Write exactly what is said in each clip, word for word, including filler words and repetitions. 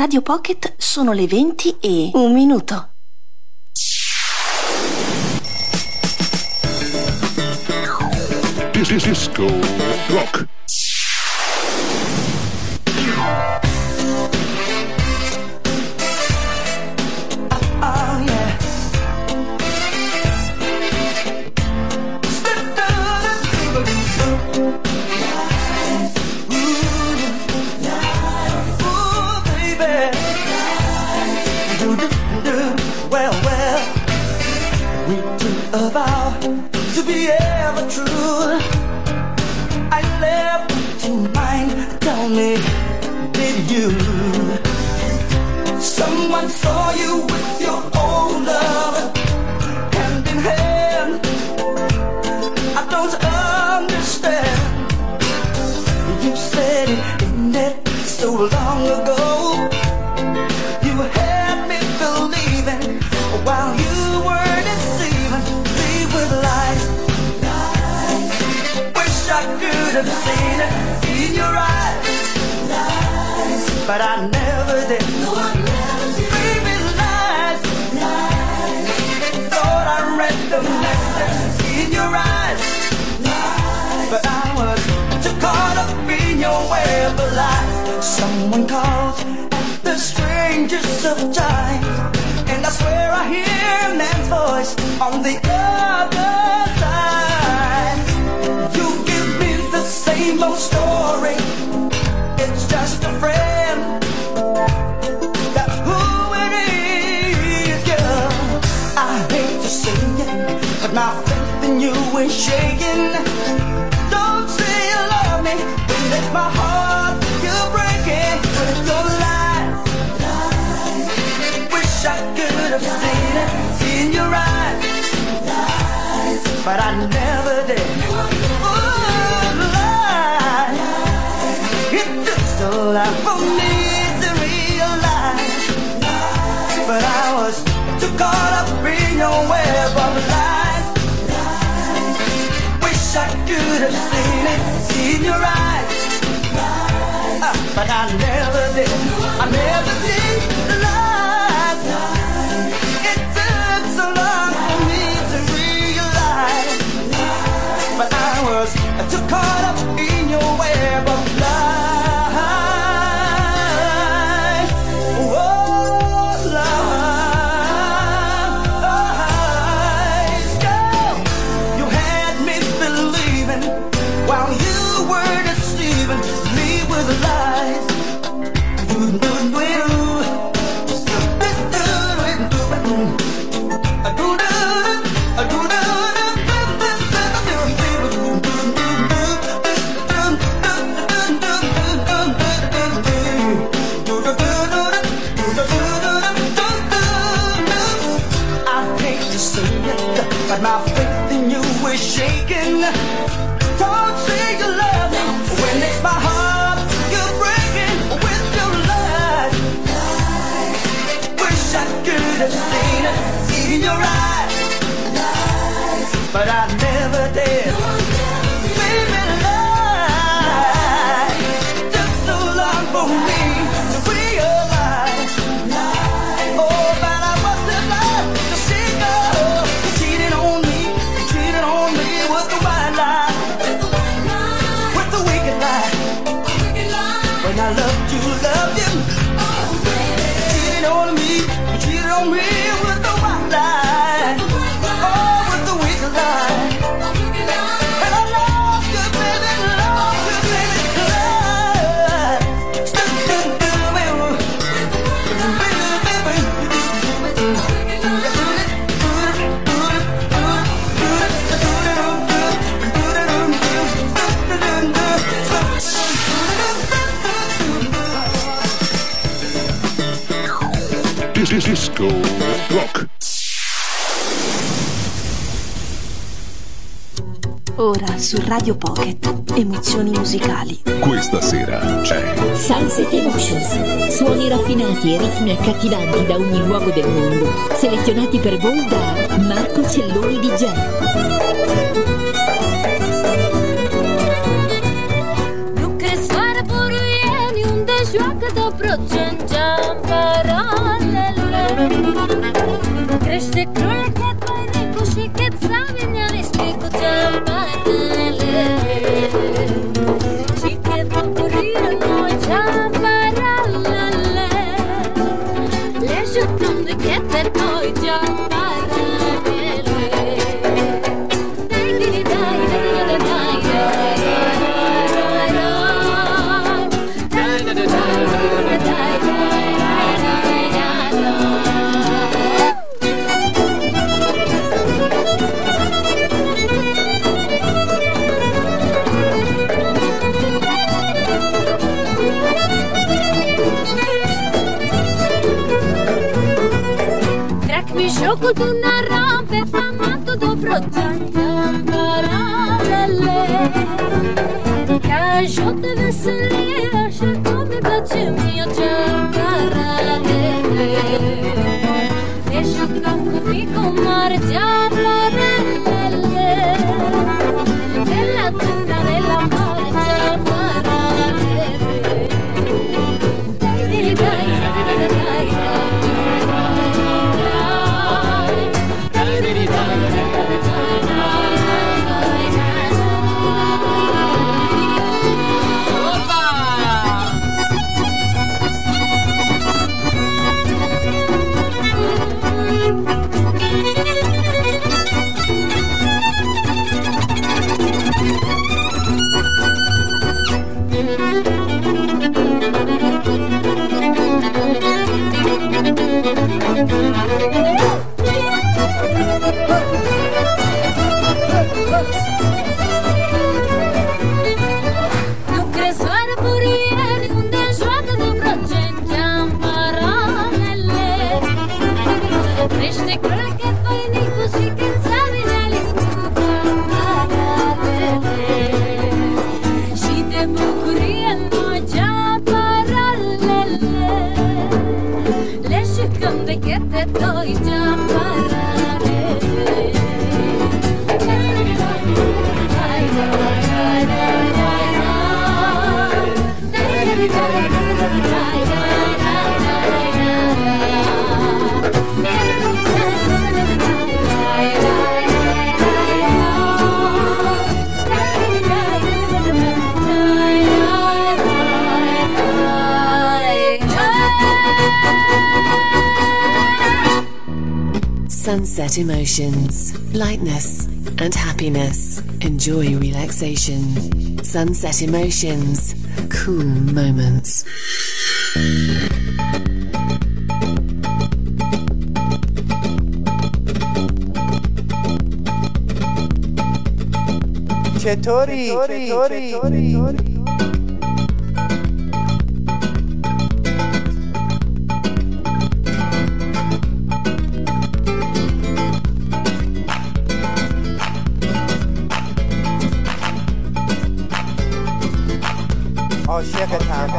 Radio Pocket sono le venti e un minuto. Disco Rock. To be ever true, I left to mind. Tell me, did you? Someone saw you with your old love, hand in hand. I don't understand. You said it ended so long ago. You had me believing while you were deceiving me with lies. I could have seen it in your eyes, lies. But I never did. No, I never did. Baby, lies. Lies. Thought I read the message in your eyes, lies. But I was too caught up in your web of lies. Someone calls at the strangest of times, and I swear I hear a man's voice on the other side. You same old story, it's just a friend. That's who it is, yeah. I hate to say it, but my faith in you is shaking. Don't say you love me, when it's my heart you're breaking with your lies. Lies. Wish I could have seen it in your eyes, lies. But I never did. A lot for me to realize, lies. But I was too caught up in your web of lies, lies. Wish I could have seen it in your eyes, lies. Uh, but I never did, I never did. Lies, lies. It took so long for me to realize, lies. But I was too caught up in your web of lies. But my faith in you is shaking. Don't say you love me when it's my heart you're breaking with your lies. Wish I could have seen it in your eyes, lies. But I never did. Baby, lies. Took so long for me to realize, lies. Oh, but I wasn't lying to see you. You cheated on me, you cheated on me with the white lie, with the wicked lie. When I loved you, loved you. You cheated on me, you cheated on me with the white lie. Oh, with the wicked lie. And I love you, baby, love you, baby, lie. Disco Rock. Ora su Radio Pocket, emozioni musicali. Questa sera c'è Sunset Emotions, suoni raffinati e ritmi accattivanti da ogni luogo del mondo, selezionati per voi da Marco Celloni D J. Lucas para por vieni un desjuaca da procengam. Crește crolcat păricu și cât savinea spicu ceamparele și cât bucurie noi ceamparele le jucăm de chete noi ceamparele dai dai dai dai dai dai dai Jocul d'una rampe famato dobro parallele che io deve salire se come piace mio parallele e giocam conmigo mare parallele della tuna della mare parallele dai dai dai dai Sunset emotions, lightness and happiness. Enjoy relaxation. Sunset emotions, cool moments. چطوری؟ چطوری؟ چطوری؟ عاشقتم.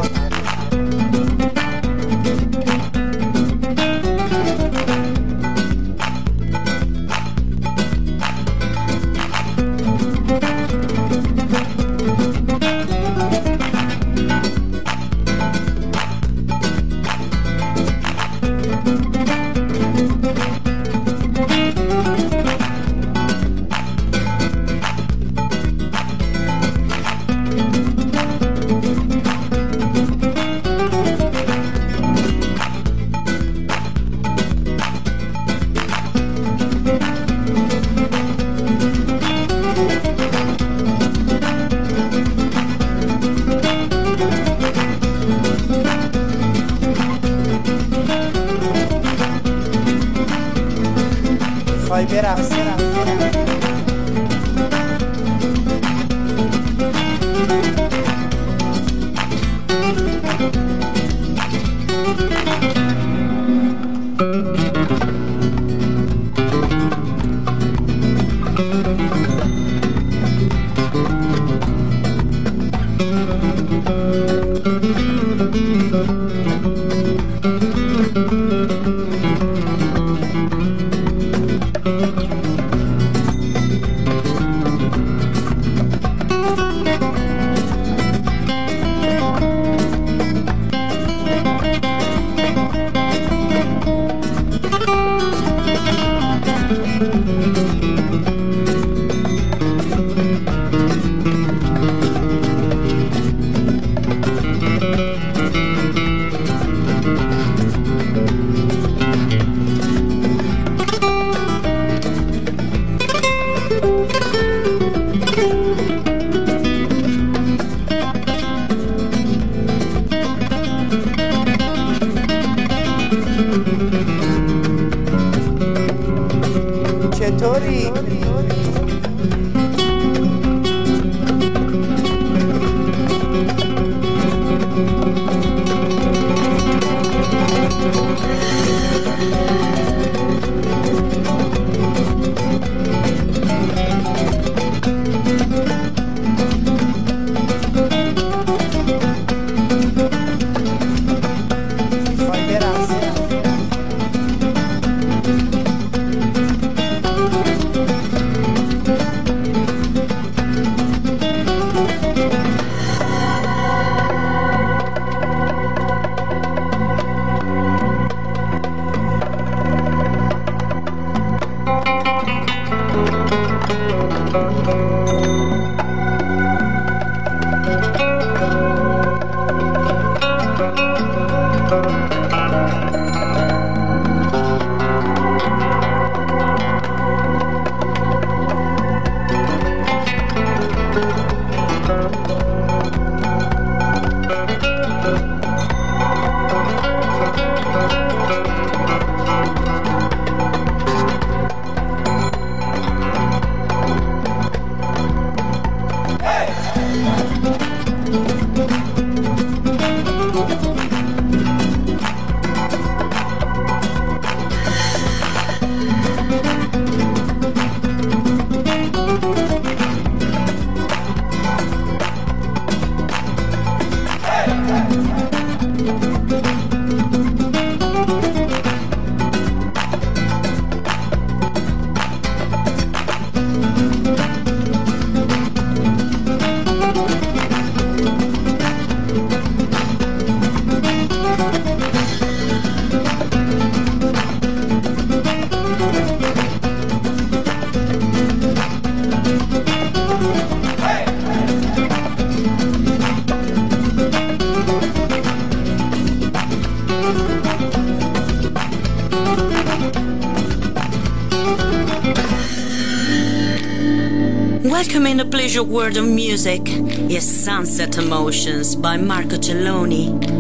Welcome in the pleasure world of music is Sunset Emotions by Marco Celloni.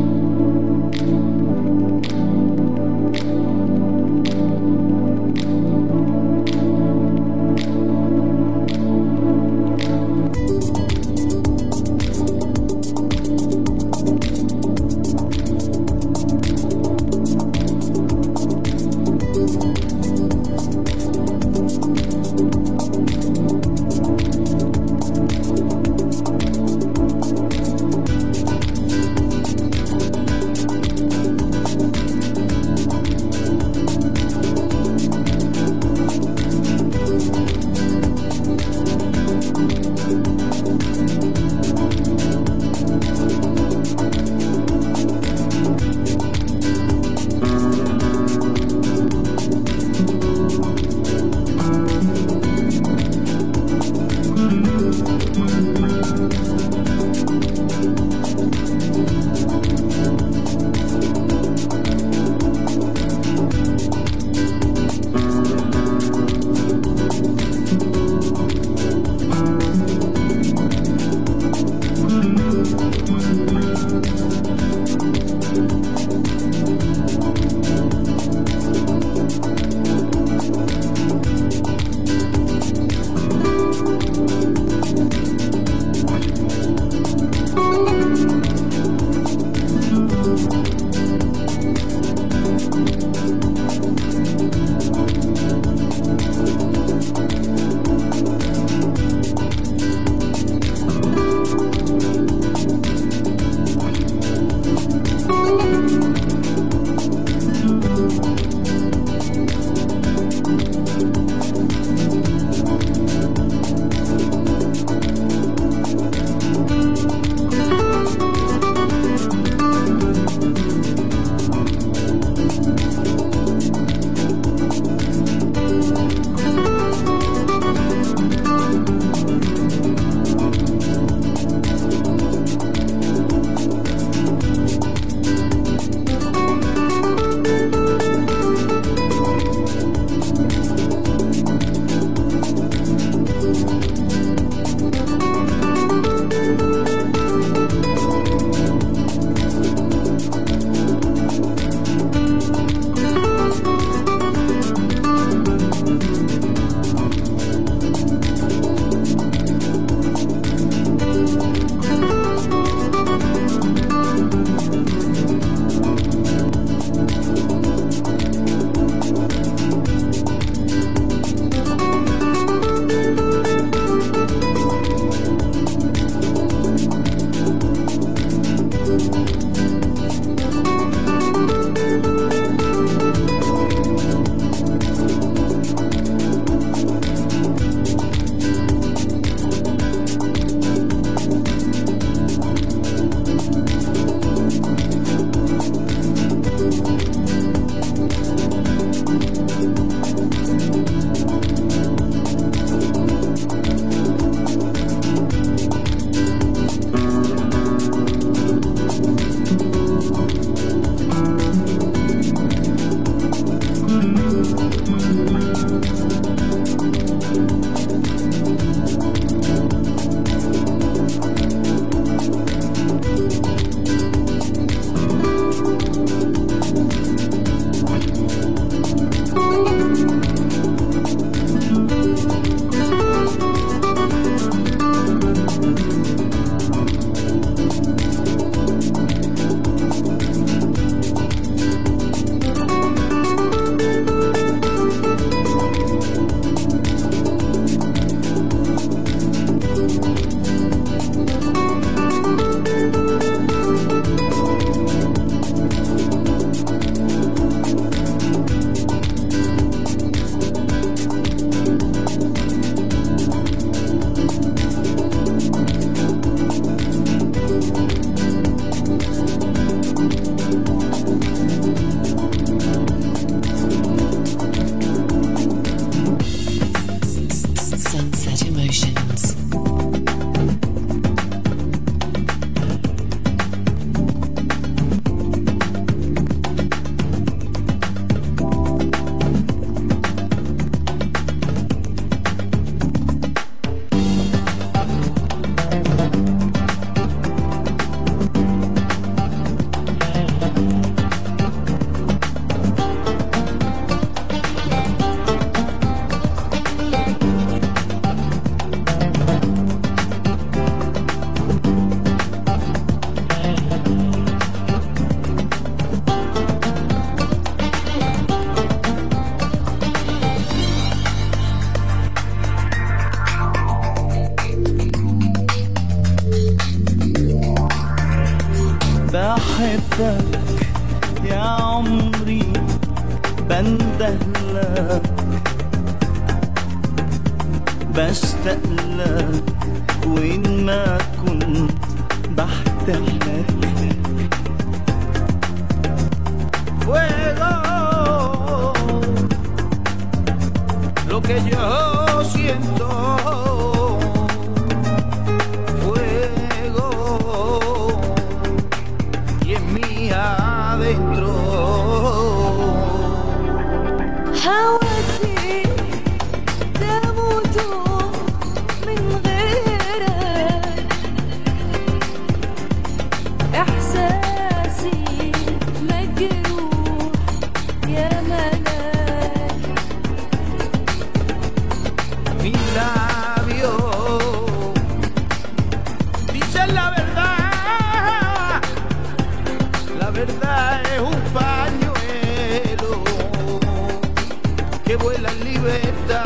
Sunset Emotions. بحبك يا عمري بندهلك بشتاقلك وين ما كنت بحتاجلك Fuego lo que yo siento adentro. حواسي تموت من غيرك إحساسي مجروح يا ملاك Mi labio dice la verdad. La verdad es un pañuelo que vuela en libertad.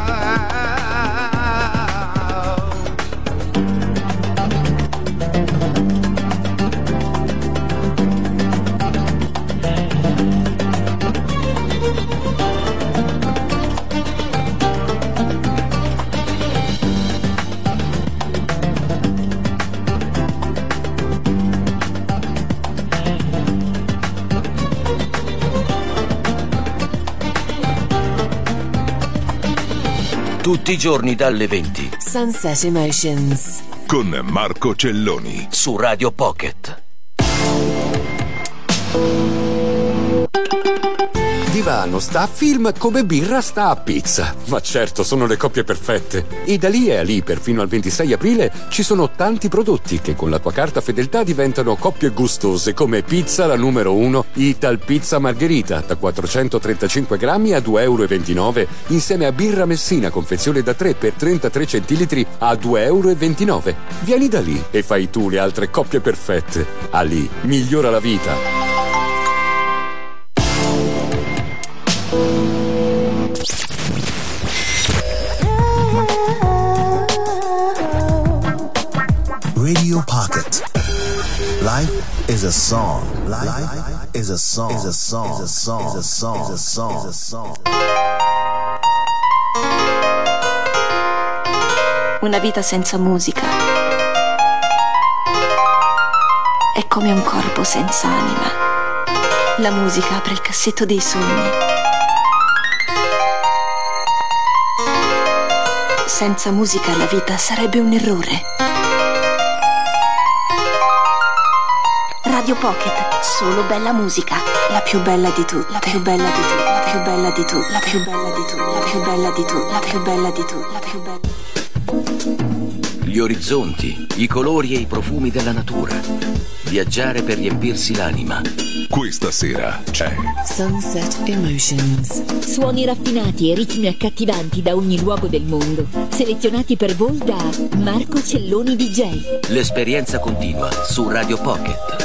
Tutti i giorni dalle venti. Sunset Emotions. Con Marco Celloni. Su Radio Pocket. Divano sta a film come birra sta a pizza. Ma certo, sono le coppie perfette. E da lì e a lì, per fino al ventisei aprile, ci sono tanti prodotti che con la tua carta fedeltà diventano coppie gustose, come pizza la numero uno, Ital Pizza Margherita, da quattrocentotrentacinque grammi a due e ventinove euro, insieme a birra Messina, confezione da tre per trentatré centilitri a due e ventinove euro. Vieni da lì e fai tu le altre coppie perfette. A lì, migliora la vita. Radio Pocket. Life is a song. Life is a song. Is a song. Is a song. Is a song. Is a song. Is a song. Una vita senza musica è come un corpo senza anima. La musica apre il cassetto dei sogni. Senza musica la vita sarebbe un errore. Radio Pocket, solo bella musica. La più bella di tutte, la più bella di tutte, la più bella di tutte, la più bella di tutte, la più bella di tutte, la più bella di tutte, la più bella. Gli orizzonti, i colori e i profumi della natura. Viaggiare per riempirsi l'anima. Questa sera c'è Sunset Emotions. Suoni raffinati e ritmi accattivanti da ogni luogo del mondo, selezionati per voi da Marco Celloni D J. L'esperienza continua su Radio Pocket.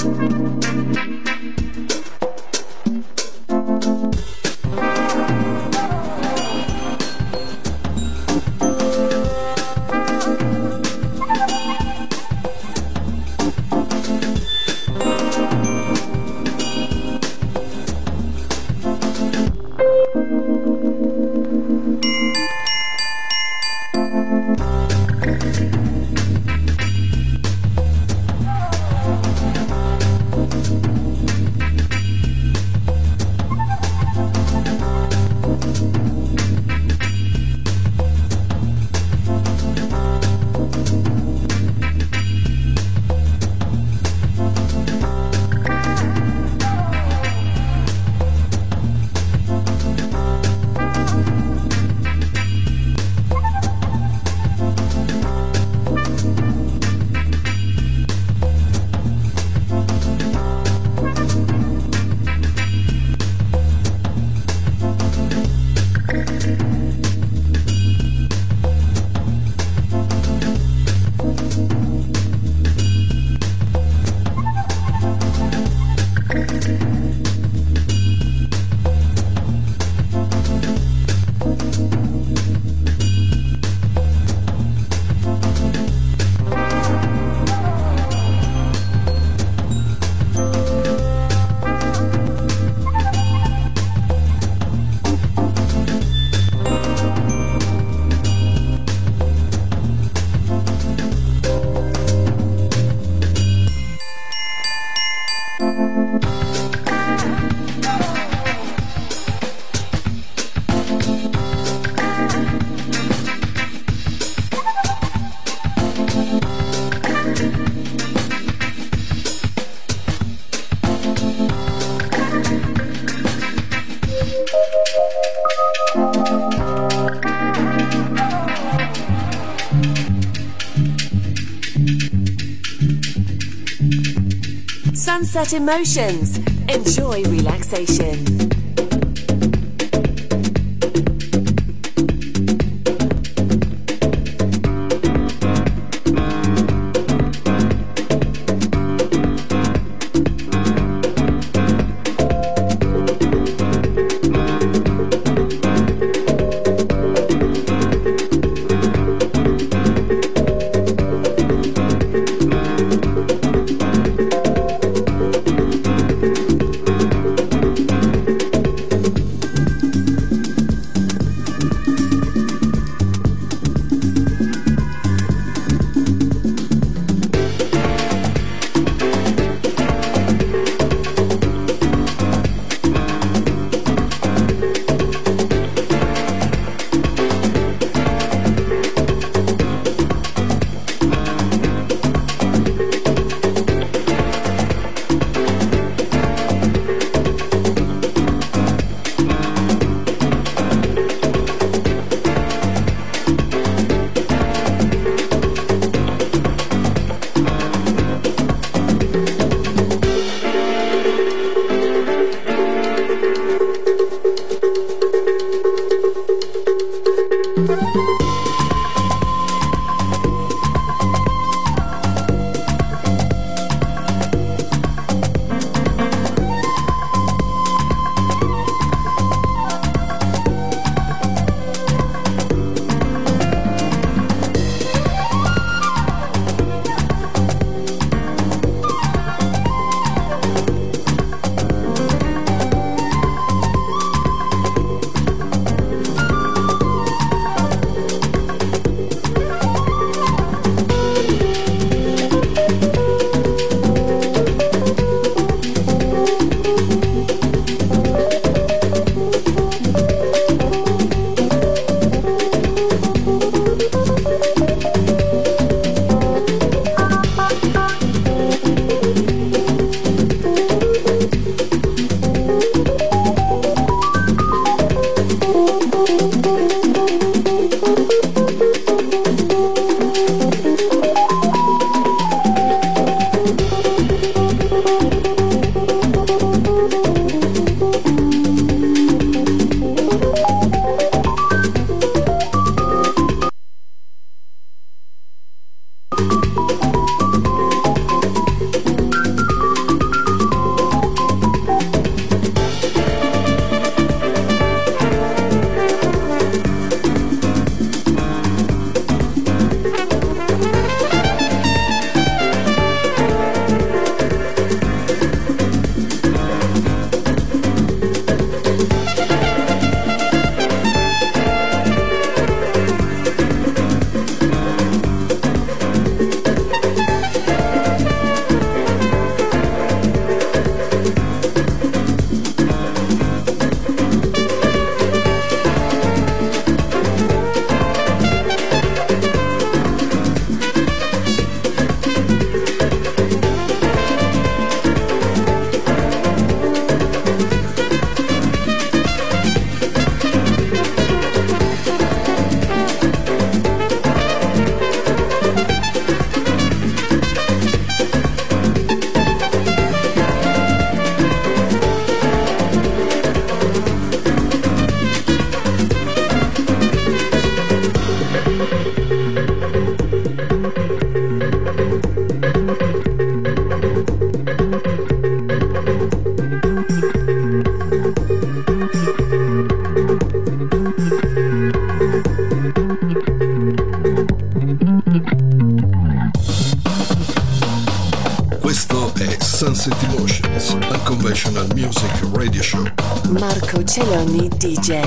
Sunset Emotions. Enjoy relaxation. Sunset Emotions, Unconventional Music Radio Show. Marco Celloni D J.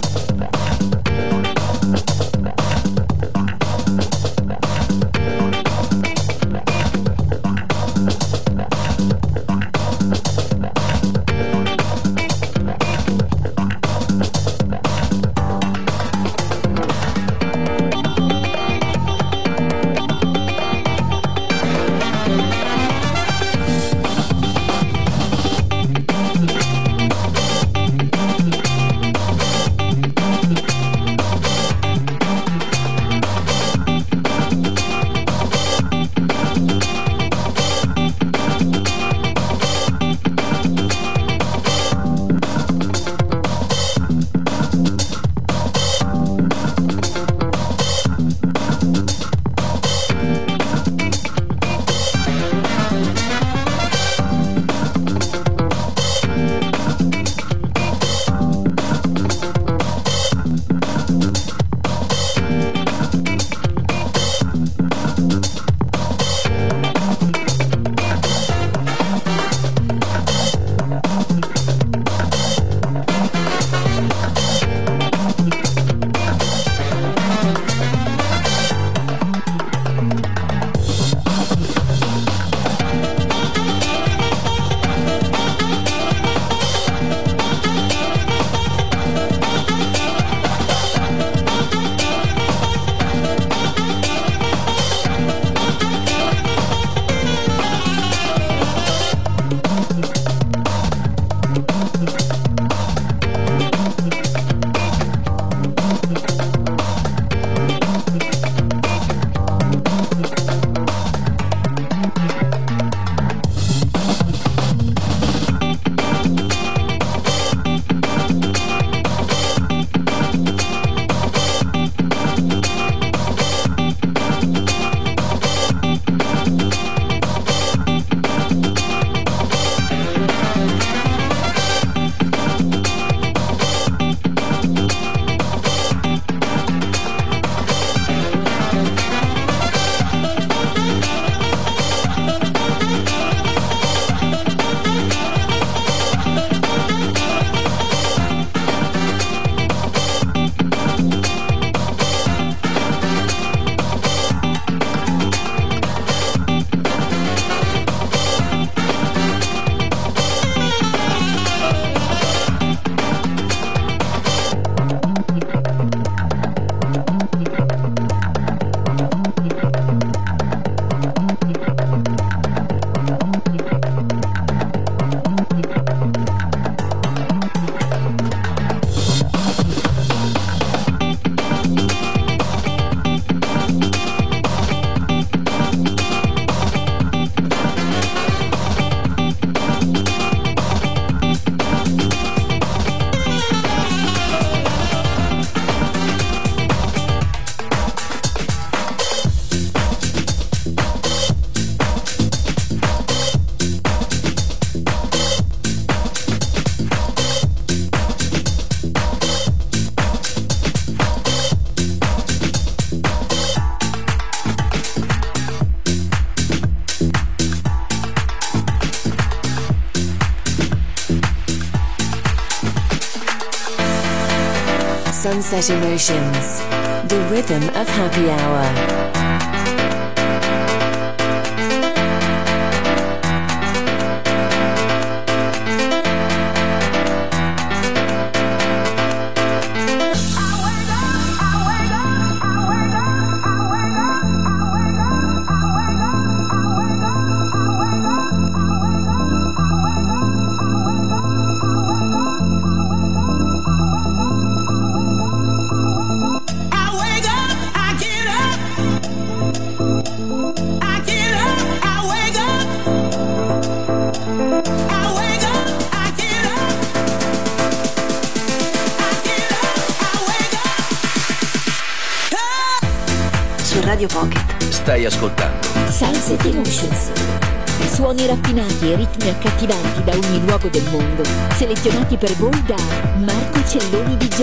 Sunset Emotions, the rhythm of happy hour. Radio Pocket. Stai ascoltando Sunset Emotions. Suoni raffinati e ritmi accattivanti da ogni luogo del mondo, selezionati per voi da Marco Celloni D J.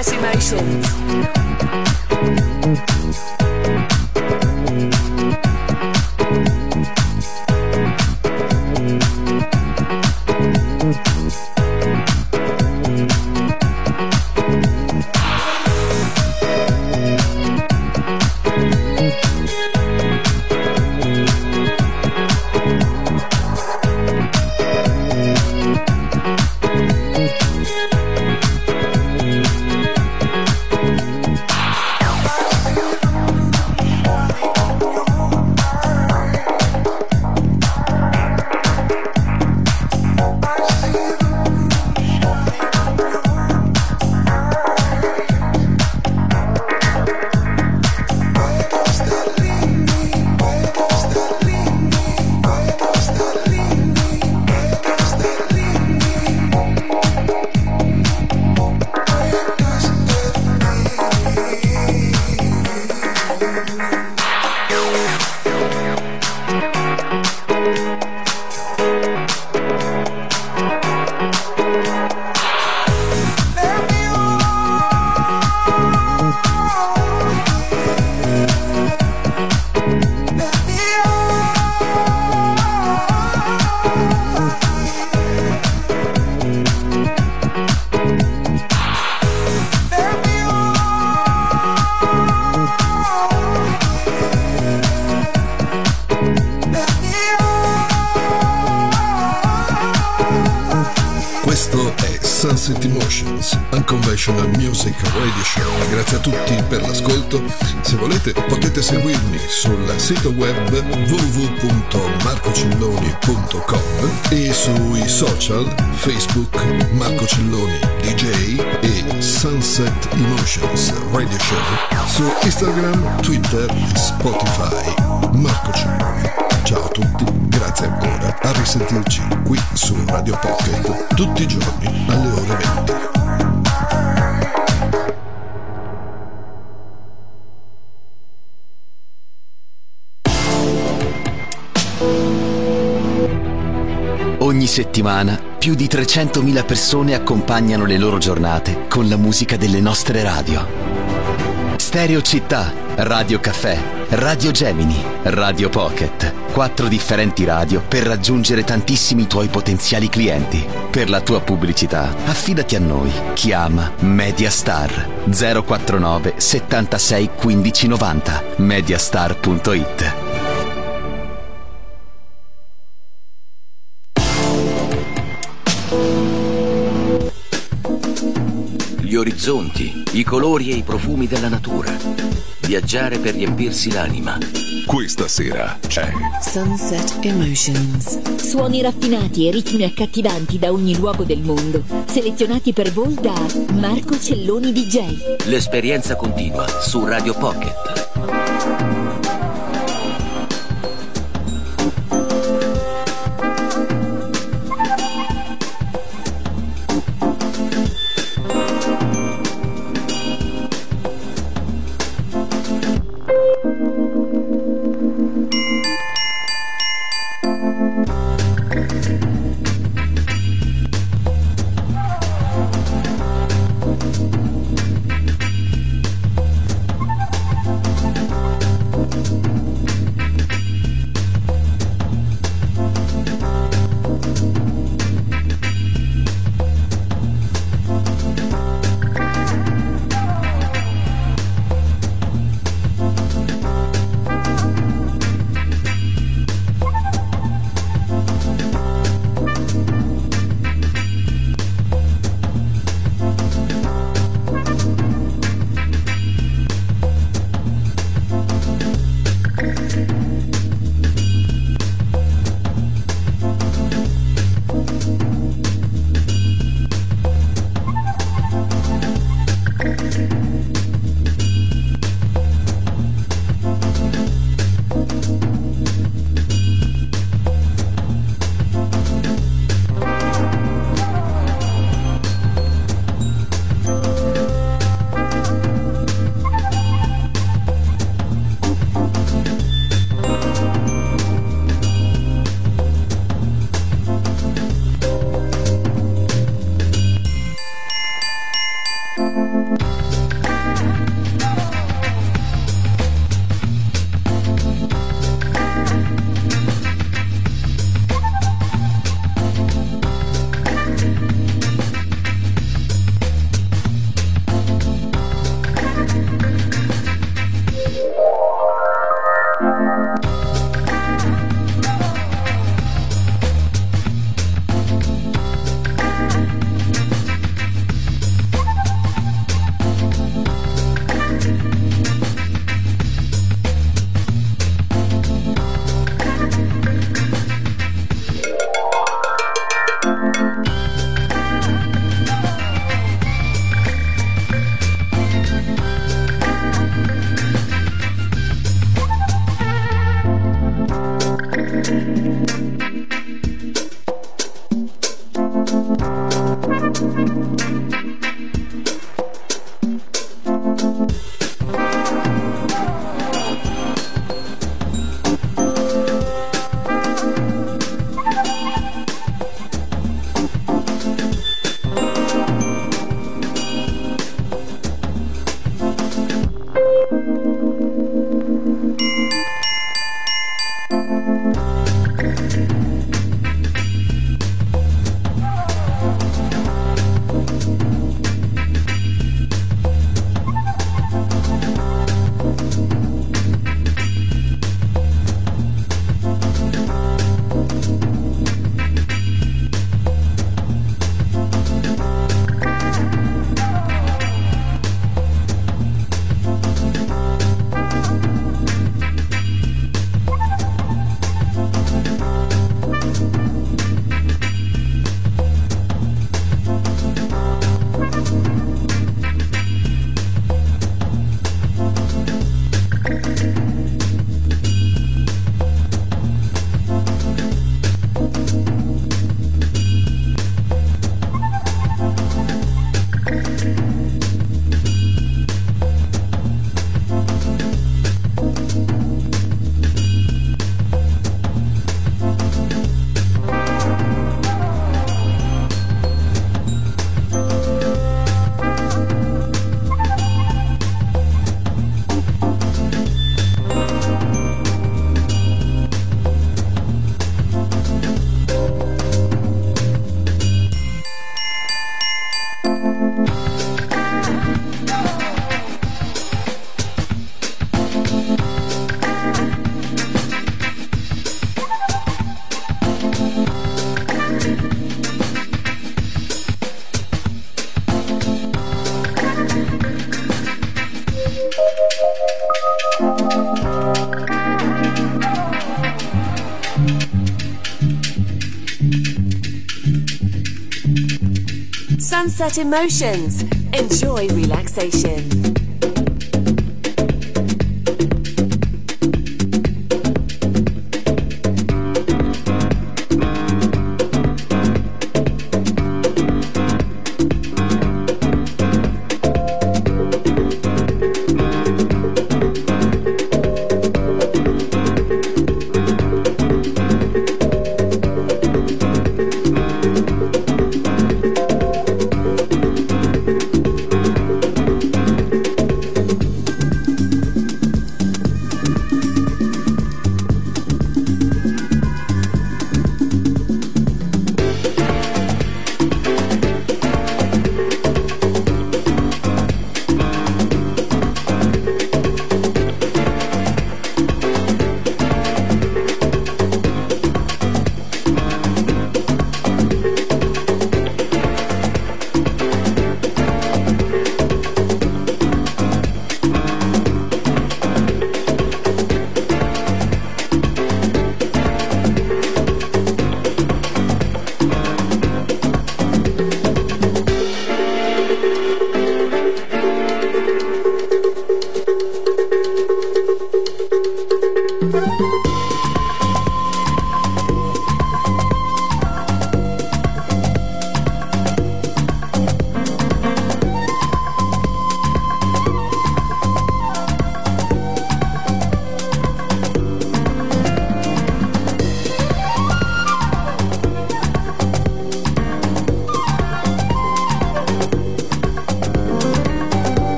Sunset Emotions. Sunset Emotions, Unconventional Music Radio Show. Grazie a tutti per l'ascolto. Se volete potete seguirmi sul sito web w w w punto marco celloni punto com e sui social Facebook Marco Celloni D J e Sunset Emotions Radio Show, su Instagram, Twitter e Spotify Marco Celloni. Ciao a tutti, grazie ancora, a risentirci qui su Radio Pocket tutti i giorni alle ore venti. Ogni settimana più di trecentomila persone accompagnano le loro giornate con la musica delle nostre radio. Stereo Città, Radio Caffè, Radio Gemini, Radio Pocket. Quattro differenti radio per raggiungere tantissimi tuoi potenziali clienti. Per la tua pubblicità, affidati a noi. Chiama Mediastar zero quattro nove settantasei quindici novanta, mediastar punto it. Gli orizzonti, i colori e i profumi della natura. Viaggiare per riempirsi l'anima. Questa sera c'è Sunset Emotions. Suoni raffinati e ritmi accattivanti da ogni luogo del mondo, selezionati per voi da Marco Celloni D J. L'esperienza continua su Radio Pocket. Sunset Emotions. Enjoy relaxation.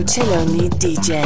Celloni D J.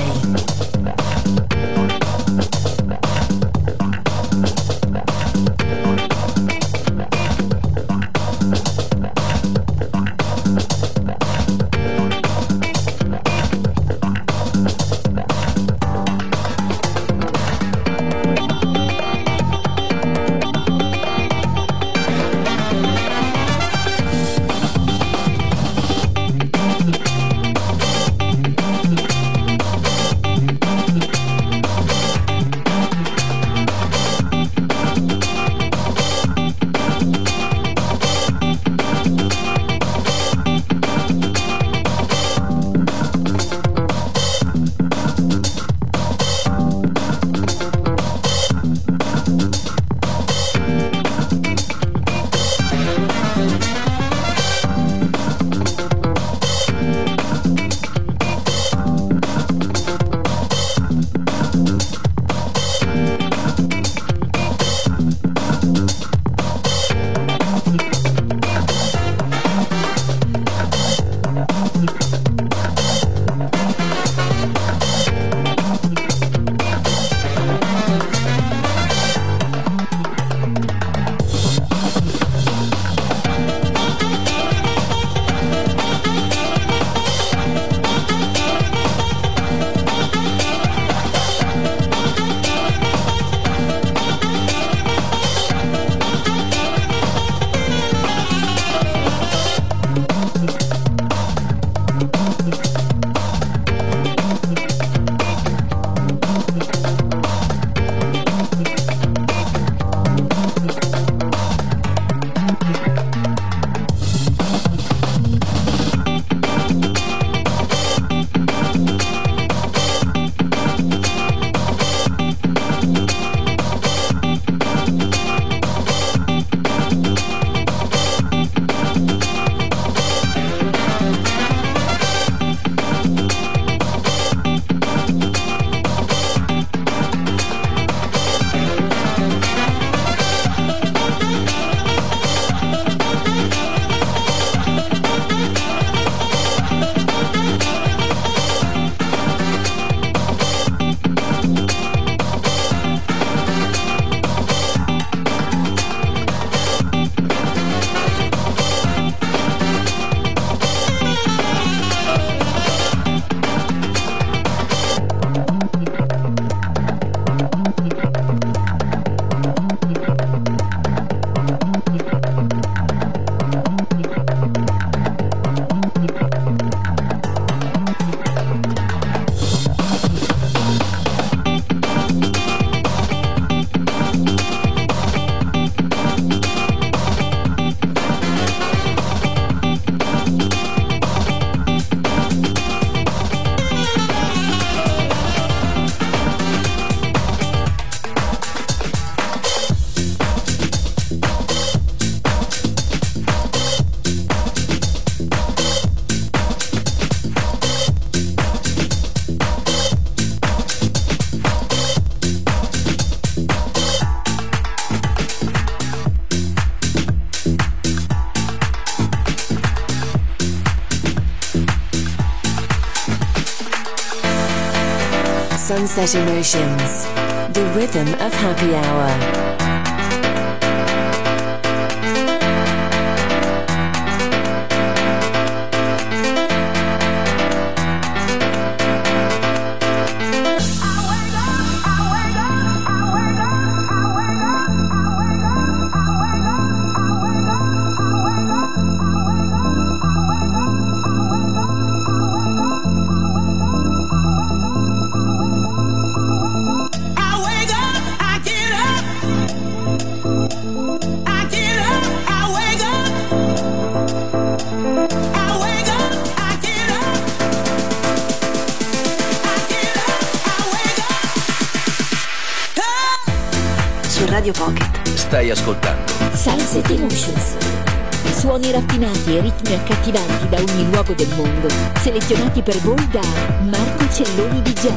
Sunset Emotions, the rhythm of happy hour. Radio Pocket. Stai ascoltando Sunset Emotions. Suoni raffinati e ritmi accattivanti da ogni luogo del mondo, selezionati per voi da Marco Celloni D J.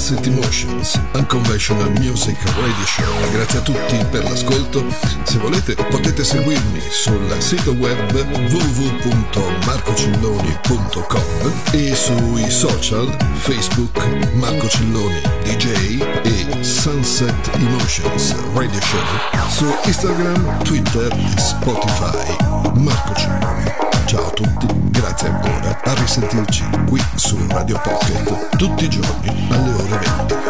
Sunset Emotions, Unconventional Music Radio Show. Grazie a tutti per l'ascolto. Se volete potete seguirmi sul sito web w w w punto marco celloni punto com e sui social Facebook Marco Celloni D J e Sunset Emotions Radio Show, su Instagram, Twitter e Spotify Marco Celloni. Ciao a tutti, grazie ancora, a risentirci qui su Radio Pocket tutti i giorni alle ore venti.